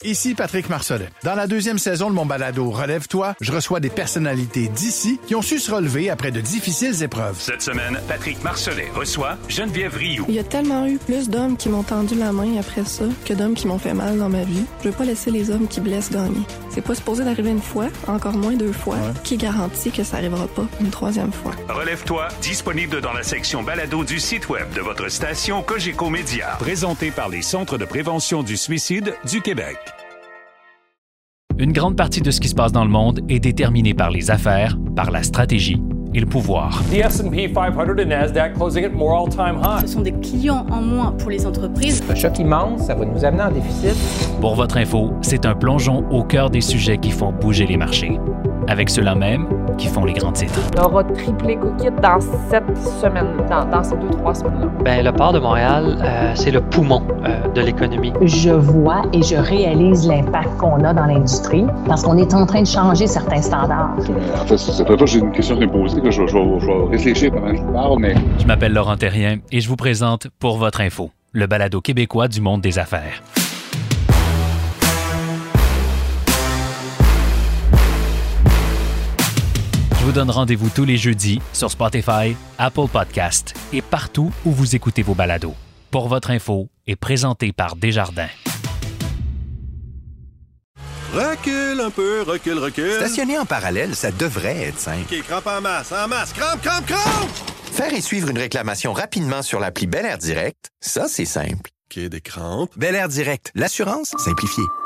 Ici Patrick Marcelet. Dans la 2e saison de mon balado Relève-toi, je reçois des personnalités d'ici qui ont su se relever après de difficiles épreuves. Cette semaine, Patrick Marcelet reçoit Geneviève Rioux. Il y a tellement eu plus d'hommes qui m'ont tendu la main après ça que d'hommes qui m'ont fait mal dans ma vie. Je veux pas laisser les hommes qui blessent gagner. C'est pas supposé d'arriver une fois, encore moins 2 fois. Ouais. Qui garantit que ça arrivera pas une 3e fois? Relève-toi, disponible dans la section balado du site web de votre station Cogeco Média. Présenté par les Centres de prévention du suicide du Québec. Une grande partie de ce qui se passe dans le monde est déterminée par les affaires, par la stratégie et le pouvoir. The S&P 500 et Nasdaq closing at more all-time high. Ce sont des clients en moins pour les entreprises. Un choc immense, ça va nous amener en déficit. Pour votre info, c'est un plongeon au cœur des sujets qui font bouger les marchés. Avec ceux-là même qui font les grands titres. On aura triplé Cookit dans cette semaine, dans ces 2-3 semaines-là. Bien, le port de Montréal, c'est le poumon de l'économie. Je vois et je réalise l'impact qu'on a dans l'industrie parce qu'on est en train de changer certains standards. En fait, c'est pas j'ai une question à me poser, que je vais réfléchir pendant que je parle, mais... Je m'appelle Laurent Terrien et je vous présente Pour votre info, le balado québécois du monde des affaires. Je vous donne rendez-vous tous les jeudis sur Spotify, Apple Podcasts et partout où vous écoutez vos balados. Pour votre info est présenté par Desjardins. Recule un peu, recule. Stationner en parallèle, ça devrait être simple. OK, crampe en masse, crampe! Faire et suivre une réclamation rapidement sur l'appli Bel Air Direct, ça, c'est simple. OK, des crampes. Bel Air Direct, l'assurance simplifiée.